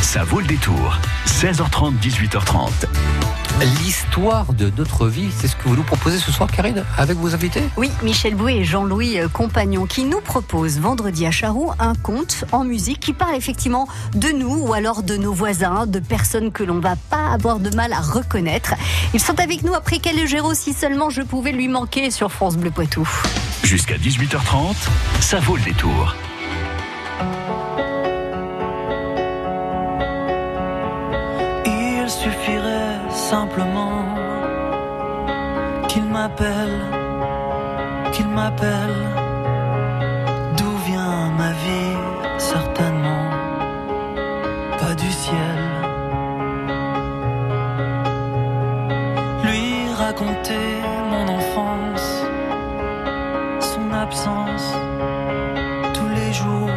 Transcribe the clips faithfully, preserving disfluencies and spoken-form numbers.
Ça vaut le détour. seize heures trente, dix-huit heures trente. L'histoire de notre vie, c'est ce que vous nous proposez ce soir, Karine, avec vos invités ? Oui, Michel Bouet et Jean-Louis Compagnon qui nous proposent vendredi à Charroux un conte en musique qui parle effectivement de nous ou alors de nos voisins, de personnes que l'on va pas avoir de mal à reconnaître. Ils sont avec nous après Calogero, si seulement je pouvais lui manquer sur France Bleu Poitou. Jusqu'à dix-huit heures trente, ça vaut le détour. Il suffirait simplement qu'il m'appelle, qu'il m'appelle. D'où vient ma vie? Certainement pas du ciel. Lui raconter mon enfance, son absence tous les jours.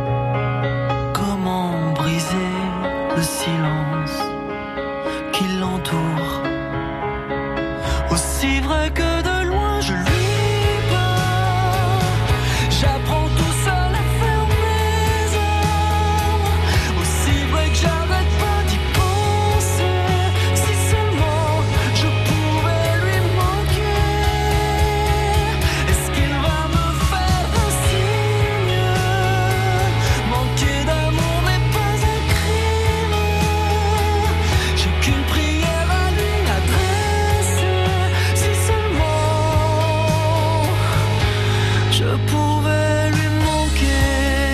Comment briser le silence qui l'entoure. Aussi vrai que de loin je lui parle, j'apprends tout seul à faire mes armes. Aussi vrai que j'arrête pas d'y penser. Si seulement je pouvais lui manquer. Est-ce qu'il va me faire un signe? Manquer d'amour n'est pas un crime. J'ai qu'une prière à lui adresser. Si seulement je pouvais lui manquer.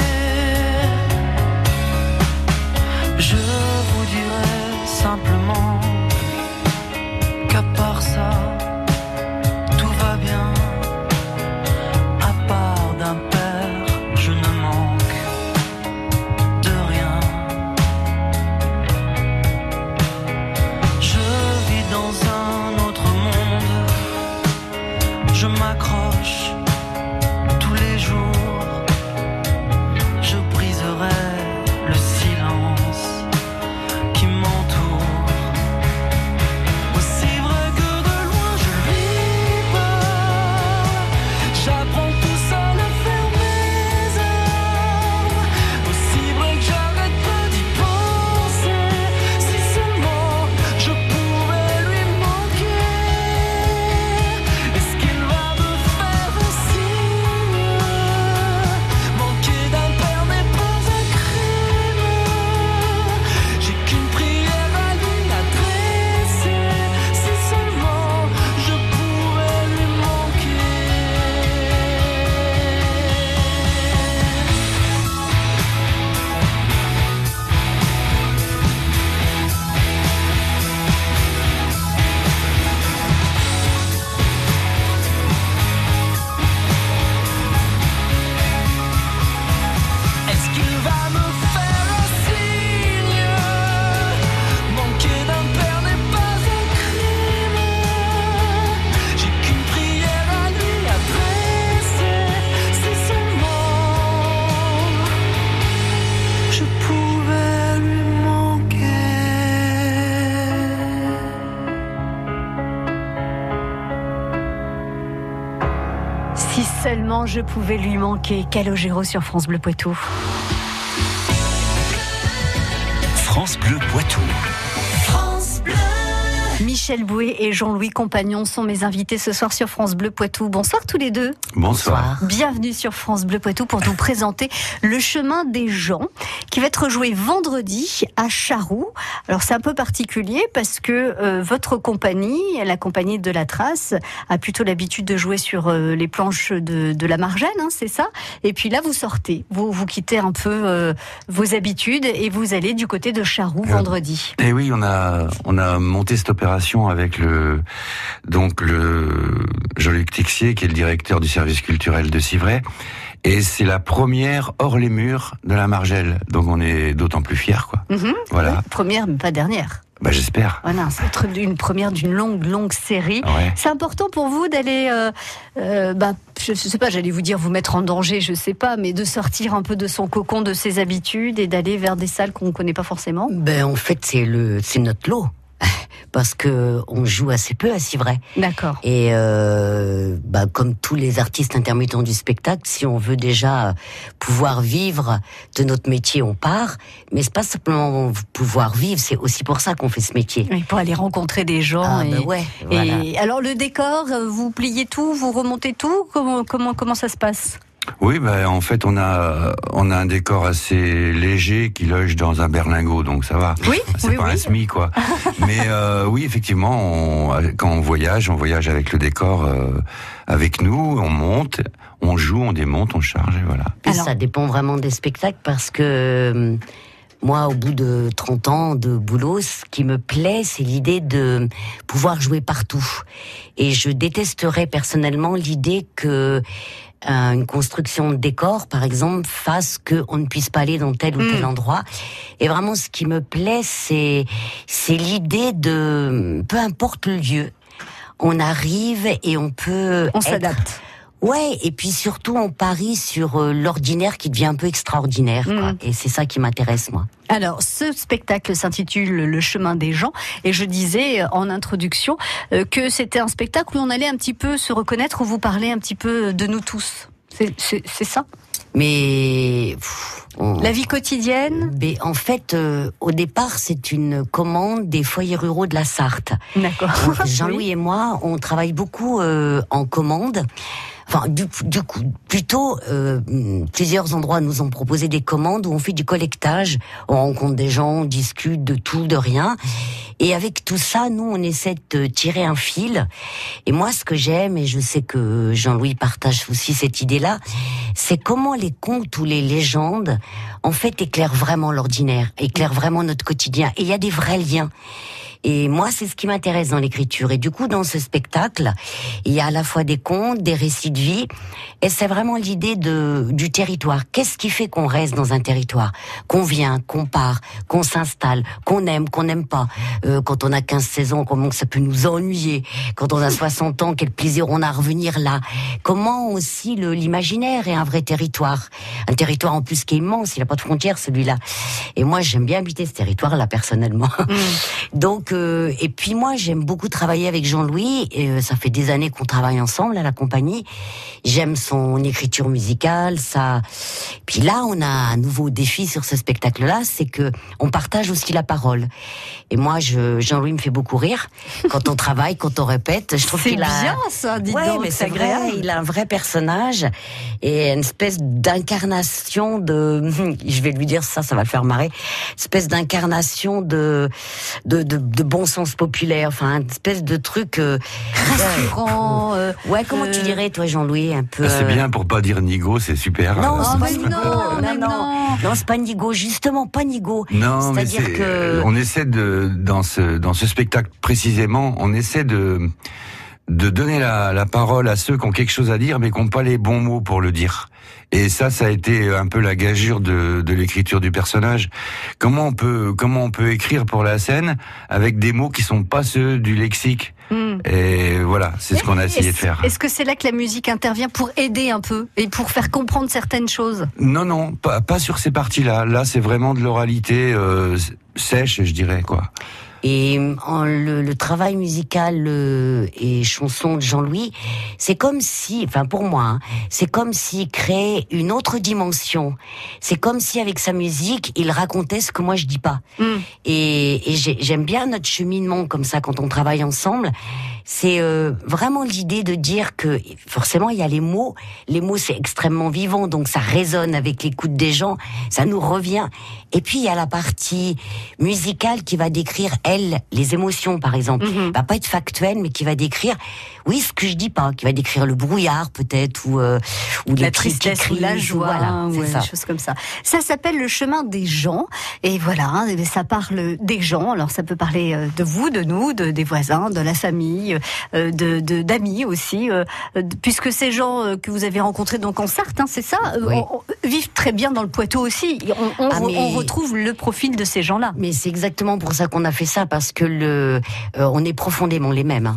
Je vous dirais simplement qu'à part ça, tout va bien. À part d'un père, je ne manque de rien. Je vis dans un autre monde. Je m'accroche tous les jours. Je briserai le silence qui m'entoure. Aussi vrai que de loin je lui parle, j'apprends tout seul à faire mes armes. Aussi vrai que j'arrête pas d'y penser. Si seulement je pouvais lui manquer. Est-ce qu'il va me faire un signe? Manquer d'un père n'est pas un crime. J'ai qu'une prière à lui adresser. Si seulement je pouvais lui manquer. Est-ce qu'il va me faire un signe? Manquer d'un père n'est pas un crime. J'ai qu'une prière à lui adresser. Si seulement je pouvais lui manquer. Si seulement je pouvais lui manquer. Calogero sur France Bleu Poitou. France Bleu Poitou. Michel Bouet et Jean-Louis Compagnon sont mes invités ce soir sur France Bleu Poitou. Bonsoir tous les deux. Bonsoir. Bienvenue sur France Bleu Poitou pour nous présenter Le Chemin des gens qui va être joué vendredi à Charroux. Alors c'est un peu particulier parce que euh, votre compagnie, la compagnie de la Trace, a plutôt l'habitude de jouer sur euh, les planches de, de la Margenne, hein, c'est ça? Et puis là vous sortez, vous, vous quittez un peu euh, vos habitudes et vous allez du côté de Charroux Euh, vendredi. Et oui, on a on a monté cette opération avec le donc le Jean-Luc Texier, qui est le directeur du service culturel de Civray, et c'est la première hors les murs de la Margelle, donc on est d'autant plus fiers, quoi. Mm-hmm. Voilà. Oui, première mais pas dernière. Bah j'espère. Voilà, c'est une première d'une longue, longue série. Ouais. C'est important pour vous d'aller, euh, euh, bah, je sais pas, j'allais vous dire vous mettre en danger, je sais pas, mais de sortir un peu de son cocon, de ses habitudes et d'aller vers des salles qu'on ne connaît pas forcément. Ben en fait c'est le, c'est notre lot. parce que on joue assez peu à Civray. D'accord. Et euh, bah, comme tous les artistes intermittents du spectacle, si on veut déjà pouvoir vivre de notre métier, on part. Mais c'est pas simplement pouvoir vivre, c'est aussi pour ça qu'on fait ce métier. Oui, pour aller rencontrer des gens. Ah, et, bah ouais, voilà. et alors le décor, vous pliez tout, vous remontez tout. Comment comment comment ça se passe? Oui, ben en fait on a on a un décor assez léger qui loge dans un berlingot, donc ça va. Oui, c'est oui, pas oui. un SMI quoi. Mais euh, oui, effectivement, on, quand on voyage, on voyage avec le décor euh, avec nous, on monte, on joue, on démonte, on charge et voilà. Et Alors- ça dépend vraiment des spectacles parce que euh, moi, au bout de trente ans de boulot, ce qui me plaît, c'est l'idée de pouvoir jouer partout. Et je détesterais personnellement l'idée que euh, une construction de décor, par exemple, fasse qu'on ne puisse pas aller dans tel ou tel Mm. endroit. Et vraiment, ce qui me plaît, c'est c'est l'idée de, peu importe le lieu, on arrive et on peut On être- s'adapte. Ouais, et puis surtout on parie sur euh, l'ordinaire qui devient un peu extraordinaire, quoi. Mm. Et c'est ça qui m'intéresse, moi. Alors, ce spectacle s'intitule Le chemin des gens, et je disais euh, en introduction euh, que c'était un spectacle où on allait un petit peu se reconnaître, où vous parlez un petit peu de nous tous. C'est, c'est, c'est ça? Mais pff, on- La vie quotidienne? Mais en fait, euh, au départ, c'est une commande des foyers ruraux de la Sarthe. D'accord. Jean-Louis et moi, on travaille beaucoup euh, en commande. Enfin, du, du coup, plutôt, euh, plusieurs endroits nous ont proposé des commandes où on fait du collectage, on rencontre des gens, on discute de tout, de rien. Et avec tout ça, nous, on essaie de tirer un fil. Et moi, ce que j'aime, et je sais que Jean-Louis partage aussi cette idée-là, c'est comment les contes ou les légendes, en fait, éclairent vraiment l'ordinaire, éclairent vraiment notre quotidien. Et il y a des vrais liens. Et moi, c'est ce qui m'intéresse dans l'écriture. Et du coup, dans ce spectacle, il y a à la fois des contes, des récits de vie, et c'est vraiment l'idée de du territoire. Qu'est-ce qui fait qu'on reste dans un territoire, qu'on vient, qu'on part, qu'on s'installe, qu'on aime, qu'on n'aime pas. Euh, quand on a quinze seize ans, comment ça peut nous ennuyer. Quand on a soixante ans, quel plaisir on a à revenir là. Comment aussi le, l'imaginaire est un vrai territoire. Un territoire en plus qui est immense, il n'a pas de frontières celui-là. Et moi, j'aime bien habiter ce territoire-là, personnellement. Donc, euh, et puis moi, j'aime beaucoup travailler avec Jean-Louis. Et, euh, ça fait des années qu'on travaille ensemble à la compagnie. J'aime son écriture musicale. Ça. Puis là, on a un nouveau défi sur ce spectacle-là, c'est que on partage aussi la parole. Et moi, je, Jean-Louis me fait beaucoup rire quand on travaille, quand on répète. Je trouve C'est qu'il a. bien ça, dis Ouais, donc, mais c'est c'est vrai, agréable. il a un vrai personnage et une espèce d'incarnation de, je vais lui dire ça, ça va le faire marrer, une espèce d'incarnation de, de, de, de bon sens populaire, enfin, une espèce de truc, euh, Rassurant. euh, ouais, comment euh, tu dirais, toi, Jean-Louis, un peu. Ah, c'est euh, bien pour pas dire nigo, c'est super. Non, Euh, c'est Oh, pas mais Nigo, non, mais non, non, non. non, c'est pas Nigo, justement, pas Nigo. Non, mais C'est-à-dire c'est, que- on essaie de dans ce dans ce spectacle précisément, on essaie de de donner la, la parole à ceux qui ont quelque chose à dire mais qui n'ont pas les bons mots pour le dire. Et ça, ça a été un peu la gageure de, de l'écriture du personnage. Comment on peut comment on peut écrire pour la scène avec des mots qui sont pas ceux du lexique. hmm. Et voilà, c'est ce qu'on a essayé de Est-ce- faire. Est-ce que c'est là que la musique intervient pour aider un peu et pour faire comprendre certaines choses? Non, non, pas, pas sur ces parties-là. Là, c'est vraiment de l'oralité euh, sèche, je dirais, quoi. Et en le, le travail musical euh, et chanson de Jean-Louis, c'est comme si, enfin pour moi, hein, c'est comme s'il créait une autre dimension. C'est comme si avec sa musique, il racontait ce que moi je dis pas. Hmm. Et, et j'ai- j'aime bien notre cheminement comme ça quand on travaille ensemble. C'est euh, vraiment l'idée de dire que forcément il y a les mots. Les mots c'est extrêmement vivant, donc ça résonne avec l'écoute des gens, ça nous revient. Et puis il y a la partie musicale qui va décrire elle les émotions par exemple. Mhm. Va pas être factuelle, mais qui va décrire, oui ce que je dis pas, qui va décrire le brouillard peut-être ou euh, ou les La petites tristesse ou la crises, joie, voilà, c'est ouais, ça. des choses comme ça. Ça s'appelle Le chemin des gens. Et voilà, hein, et ça parle des gens. Alors ça peut parler euh, de vous, de nous, de, des voisins, de la famille, euh, de, de d'amis aussi, euh, de- puisque ces gens euh, que vous avez rencontrés donc en Sarthe, hein, c'est ça, euh, Oui. on- on- vivent très bien dans le Poitou aussi. On, on, Ah, re- mais- on retrouve le profil de ces gens-là. Mais c'est exactement pour ça qu'on a fait ça, parce que le, euh, on est profondément les mêmes. Hein.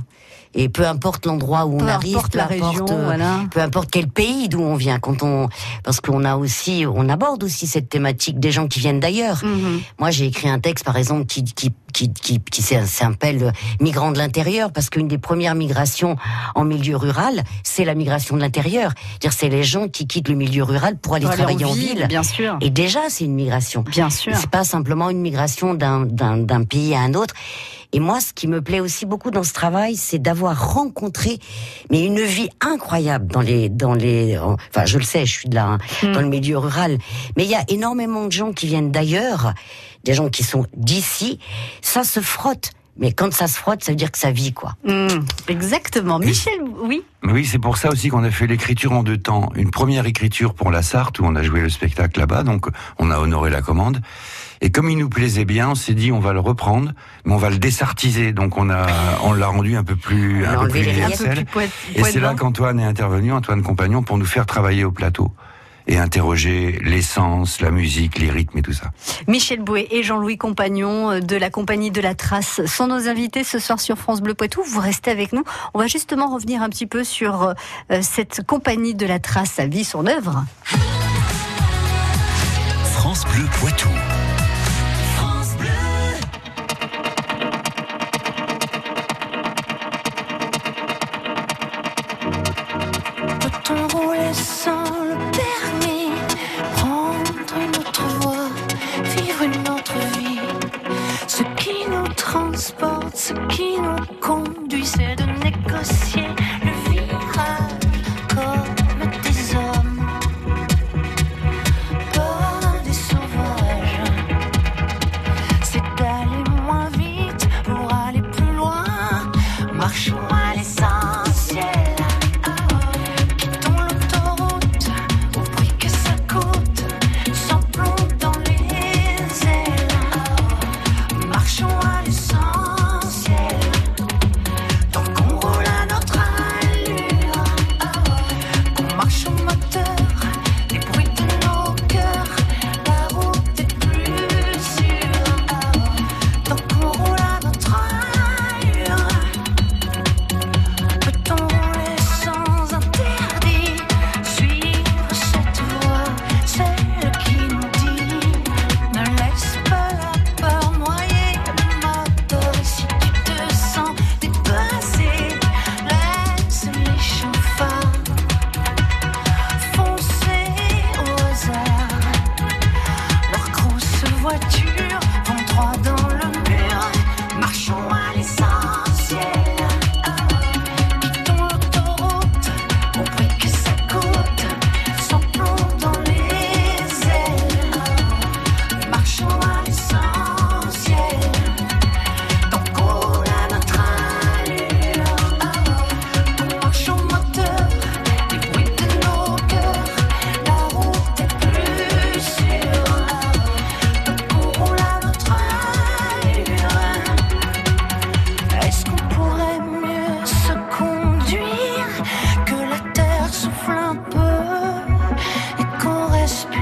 Et peu importe l'endroit où on Peu arrive, importe peu la importe, région, euh, voilà. peu importe quel pays d'où on vient, quand on, parce qu'on a aussi, on aborde aussi cette thématique des gens qui viennent d'ailleurs. Mhm. Moi, j'ai écrit un texte, par exemple, qui qui qui qui, qui s'appelle Migrants de l'intérieur, parce qu'une des premières migrations en milieu rural, c'est la migration de l'intérieur. C'est-à-dire, c'est les gens qui quittent le milieu rural pour aller Pour aller travailler en ville, ville. bien sûr. Et déjà, c'est une migration. Bien sûr. C'est pas simplement une migration d'un d'un d'un pays à un autre. Et moi, ce qui me plaît aussi beaucoup dans ce travail, c'est d'avoir rencontré, mais une vie incroyable dans les, dans les, enfin, je le sais, je suis de là, hein, Mm. dans le milieu rural. Mais il y a énormément de gens qui viennent d'ailleurs, des gens qui sont d'ici. Ça se frotte. Mais quand ça se frotte, ça veut dire que ça vit, quoi. Mm, exactement. Michel, oui. Oui, c'est pour ça aussi qu'on a fait l'écriture en deux temps. Une première écriture pour la Sarthe, où on a joué le spectacle là-bas, donc on a honoré la commande. Et comme il nous plaisait bien, on s'est dit on va le reprendre, mais on va le désartiser. Donc on a, on l'a rendu un peu plus, On a un peu enlevé plus les Un peu universel. plus poète. Et c'est là qu'Antoine est intervenu, Antoine Compagnon, pour nous faire travailler au plateau et interroger l'essence, la musique, les rythmes et tout ça. Michel Bouet et Jean-Louis Compagnon de la compagnie de la Trace sont nos invités ce soir sur France Bleu Poitou. Vous restez avec nous. On va justement revenir un petit peu sur euh, cette compagnie de la Trace, sa vie, son œuvre. France Bleu Poitou. Peut-on rouler sans le permis, prendre une autre voie, vivre une autre vie? Ce qui nous transporte, ce qui nous conduit, c'est de négocier le virage comme des hommes, pas des sauvages. C'est d'aller moins vite pour aller plus loin, marchons à l'essentiel. Quittons l'autoroute au prix que ça coûte, sans plomb dans les ailes. Marchons à l'essentiel, tant qu'on roule à notre allure, qu'on marche au moteur, les bruits de nos cœurs, la route est plus sûre, tant qu'on roule à notre allure. Peut-on rouler sans interdit, suivre cette voie, celle qui nous dit ne laisse pas la peur noyer le moteur. Si tu te sens dépassé, laisse les chauffards foncer au hasard. Leurs grosses voitures vont droit dans le mur. Marchons à l'essentiel. Quittons l'autoroute au prix que ça coûte, sans plomb dans les ailes. Marchons à l'essentiel, tant qu'on roule à notre allure. Qu'on marche au moteur, les bruits de nos cœurs, la route est plus sûre, tant qu'on roule à notre allure. Est-ce qu'on pourrait mieux se conduire, que la terre souffle un peu et qu'on respire?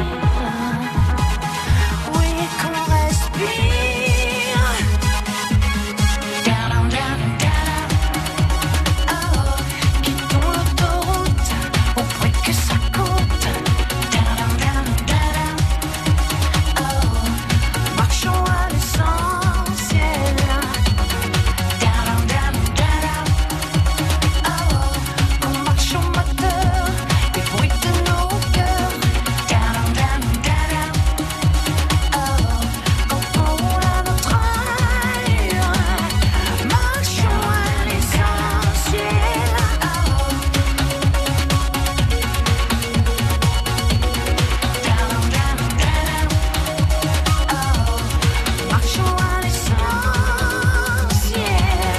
Oui, qu'on respire. Down, down, down. Oh, quittons l'autoroute au prix que ça coûte. Down, down, down. Oh, marchons à l'essentiel. Down, down, down. Oh, qu'on marche au moteur, les bruits de nos cœurs. Down, down, down. Oh, quand on roule à notre allure, marchons à l'essentiel. Down, down, down. Oh, marchons à l'essentiel.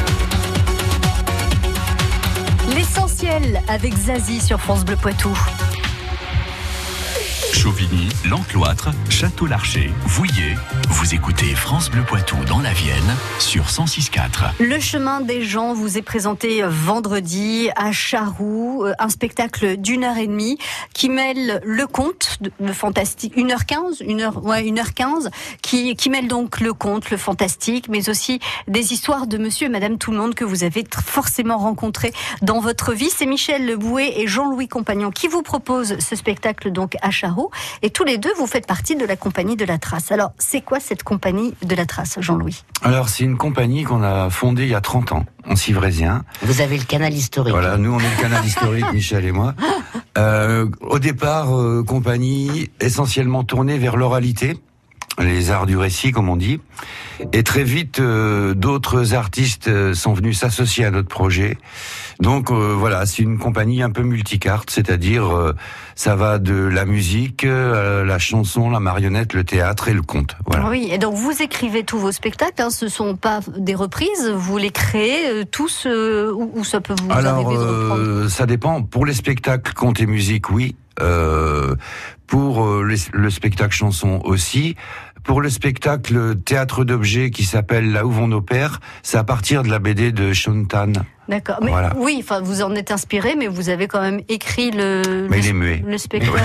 L'essentiel avec Zazie sur France Bleu Poitou. Chauvigny, L'Encloître, Château-Larcher, Vouillers. Vous Vous écoutez France Bleu Poitou dans la Vienne sur cent six virgule quatre. Le chemin des gens vous est présenté vendredi à Charroux, un spectacle d'une heure et demie qui mêle le conte, le fantastique, une heure quinze, une heure, ouais, une heure quinze, qui, qui mêle donc le conte, le fantastique, mais aussi des histoires de monsieur et madame tout le monde que vous avez t- forcément rencontrés dans votre vie. C'est Michel Bouet et Jean-Louis Compagnon qui vous proposent ce spectacle donc à Charroux, et tous les deux vous faites partie de la compagnie de la Trace. Alors, c'est quoi cette compagnie de la Trace, Jean-Louis ? Alors, c'est une compagnie qu'on a fondée il y a trente ans, en Civraisien. Vous avez le canal historique. Voilà, nous on est le canal historique, Michel et moi. Euh, au départ, euh, compagnie essentiellement tournée vers l'oralité, les arts du récit comme on dit. Et très vite, euh, d'autres artistes euh, sont venus s'associer à notre projet. Donc euh, voilà, c'est une compagnie un peu multicarte, c'est-à-dire euh, ça va de la musique, euh, la chanson, la marionnette, le théâtre et le conte. Voilà. Oui, et donc vous écrivez tous vos spectacles, hein, ce sont pas des reprises, vous les créez euh, tous, euh, ou, ou ça peut vous Alors, arriver de reprendre euh, ça dépend. Pour les spectacles conte et musique, oui. Euh, pour euh, les, le spectacle chanson aussi. Pour le spectacle théâtre d'objets qui s'appelle Là où vont nos pères, c'est à partir de la B D de Shontan. D'accord. Mais Voilà. oui, enfin, vous en êtes inspiré, mais vous avez quand même écrit le, Mais le, il est muet. le spectacle.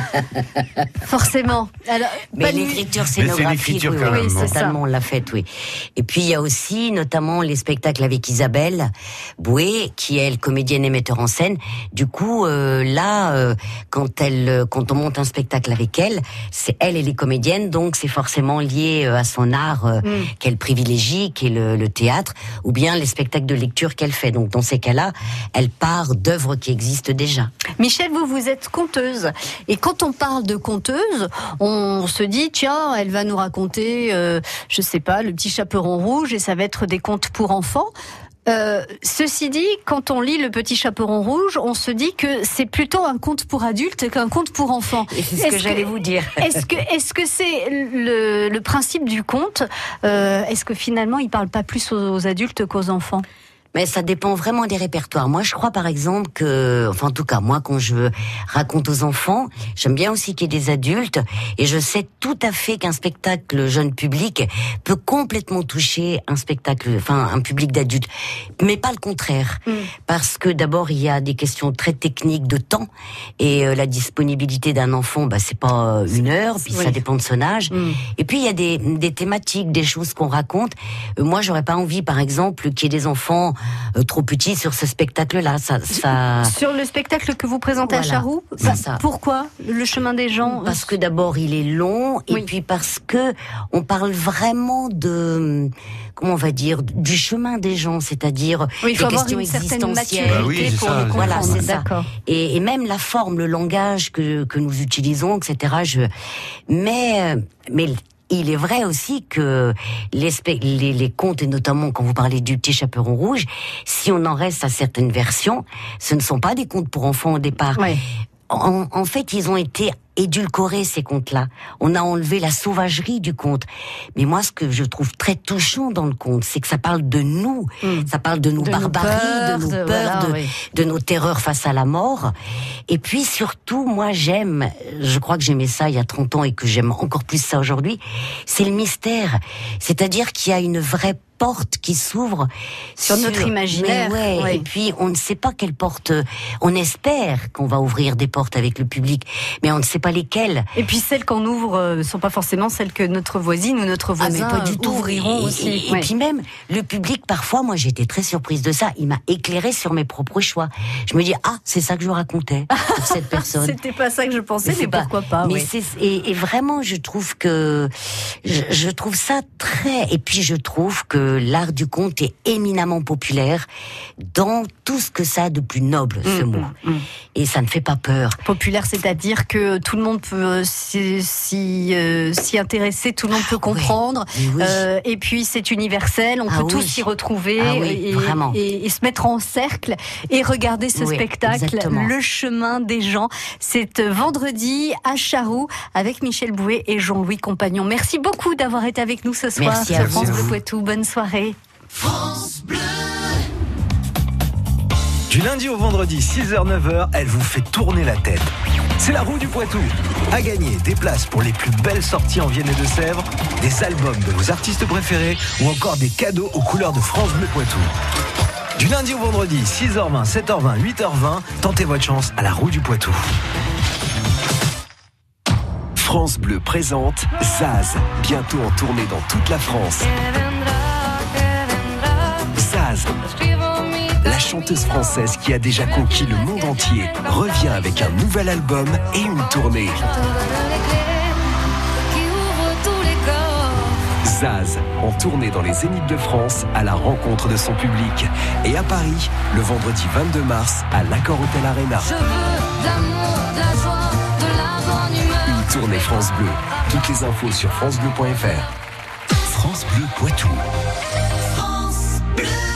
Forcément. Alors, Mais pas de- l'écriture Mais c'est scénographique, l'écriture oui, quand oui, même, hein. totalement, on l'a faite, oui. Et puis il y a aussi notamment les spectacles avec Isabelle Bouet, qui est elle comédienne et metteur en scène. Du coup, euh, là, euh, quand elle, quand on monte un spectacle avec elle, c'est elle et les comédiennes, donc c'est forcément lié euh, à son art euh, Mm. qu'elle privilégie, qui est le, le théâtre, ou bien les spectacles de lecture qu'elle fait. Donc dans ces cas-là, elle part d'œuvres qui existent déjà. Michel, vous, vous êtes conteuse. Et quand on parle de conteuse, on se dit, tiens, elle va nous raconter, euh, je sais pas, le petit chaperon rouge, et ça va être des contes pour enfants. Euh, ceci dit, quand on lit Le Petit Chaperon Rouge, on se dit que c'est plutôt un conte pour adultes qu'un conte pour enfants. Et c'est ce Est-ce que j'allais vous dire. Est-ce que est-ce que c'est le, le principe du conte euh, Est-ce que finalement, il parle pas plus aux, aux adultes qu'aux enfants ? Mais ça dépend vraiment des répertoires. Moi, je crois par exemple que, enfin en tout cas, moi quand je raconte aux enfants, j'aime bien aussi qu'il y ait des adultes, et je sais tout à fait qu'un spectacle jeune public peut complètement toucher un spectacle, enfin un public d'adultes, mais pas le contraire. Mm. Parce que d'abord, il y a des questions très techniques de temps, et euh, la disponibilité d'un enfant, bah c'est pas une heure, puis Oui. ça dépend de son âge. Mm. Et puis il y a des, des thématiques, des choses qu'on raconte. Euh, moi, j'aurais pas envie, par exemple, qu'il y ait des enfants euh, trop petits sur ce spectacle-là. Ça, ça. Sur le spectacle que vous présentez Voilà, à Charroux, c'est bah, ça. pourquoi le chemin des gens Parce que d'abord il est long, et Oui. puis parce que on parle vraiment de, comment on va dire, du chemin des gens, c'est-à-dire oui, il faut des avoir questions une certaine existentielles. maturité Bah oui, c'est pour ça, les c'est comprendre. Voilà, c'est ça. D'accord. Et, et même la forme, le langage que, que nous utilisons, et cetera. Je, mais, euh, mais il est vrai aussi que les, spe- les, les contes, et notamment quand vous parlez du Petit Chaperon Rouge, si on en reste à certaines versions, ce ne sont pas des contes pour enfants au départ. Ouais. En, en fait, ils ont été édulcorés, ces contes-là. On a enlevé la sauvagerie du conte. Mais moi, ce que je trouve très touchant dans le conte, c'est que ça parle de nous. Mm. Ça parle de nos De nos barbaries, peurs, de nos de- peurs, voilà, de, oui. de nos terreurs face à la mort. Et puis surtout, moi j'aime, je crois que j'aimais ça il y a trente ans et que j'aime encore plus ça aujourd'hui, c'est le mystère. C'est-à-dire qu'il y a une vraie porte qui s'ouvre Sur notre imaginaire, Mais ouais, ouais. Et puis on ne sait pas quelle porte. On espère qu'on va ouvrir des portes avec le public, mais on ne sait pas lesquelles. Et puis celles qu'on ouvre ne sont pas forcément celles que notre voisine ou notre Ah, mais voisin pas du tout. ouvriront Et, aussi. et- et Ouais. puis même le public, parfois, moi j'étais très surprise de ça. Il m'a éclairé sur mes propres choix. Je me dis ah c'est ça que je racontais pour cette personne. C'était pas ça que je pensais, mais, c'est pas- pourquoi pas Mais oui. c'est et, et vraiment, je trouve que je, je trouve ça très. Et puis je trouve que l'art du conte est éminemment populaire dans tout ce que ça a de plus noble, ce Mm, mot. mm, mm. Et ça ne fait pas peur. Populaire, c'est-à-dire que tout le monde peut euh, s'y, s'y, euh, s'y intéresser, tout le monde peut comprendre. Oui, oui. Euh, et puis c'est universel, on Ah peut oui. tous s'y retrouver Ah oui, et, vraiment. et- et se mettre en cercle et regarder ce Oui, spectacle, exactement. Le chemin des gens. C'est euh, vendredi à Charroux avec Michel Bouet et Jean-Louis Compagnon. Merci beaucoup d'avoir été avec nous ce soir Merci à sur vous. France Merci à Bleu vous. Poitou. Bonne soirée. Du lundi au vendredi, six heures neuf heures, elle vous fait tourner la tête. C'est la roue du Poitou. À gagner des places pour les plus belles sorties en Vienne et de Sèvres, des albums de vos artistes préférés ou encore des cadeaux aux couleurs de France Bleu Poitou. Du lundi au vendredi, six heures vingt, sept heures vingt, huit heures vingt, tentez votre chance à la roue du Poitou. France Bleu présente Zaz, bientôt en tournée dans toute la France. Zaz, la chanteuse française qui a déjà conquis le monde entier, revient avec un nouvel album et une tournée. Zaz, en tournée dans les Zéniths de France, à la rencontre de son public. Et à Paris, le vendredi vingt-deux mars, à l'Accor Hotel Arena. Je veux de l'amour, de la joie, de la bonne humeur. Une tournée France Bleu. Toutes les infos sur francebleu point fr. France Bleu Poitou.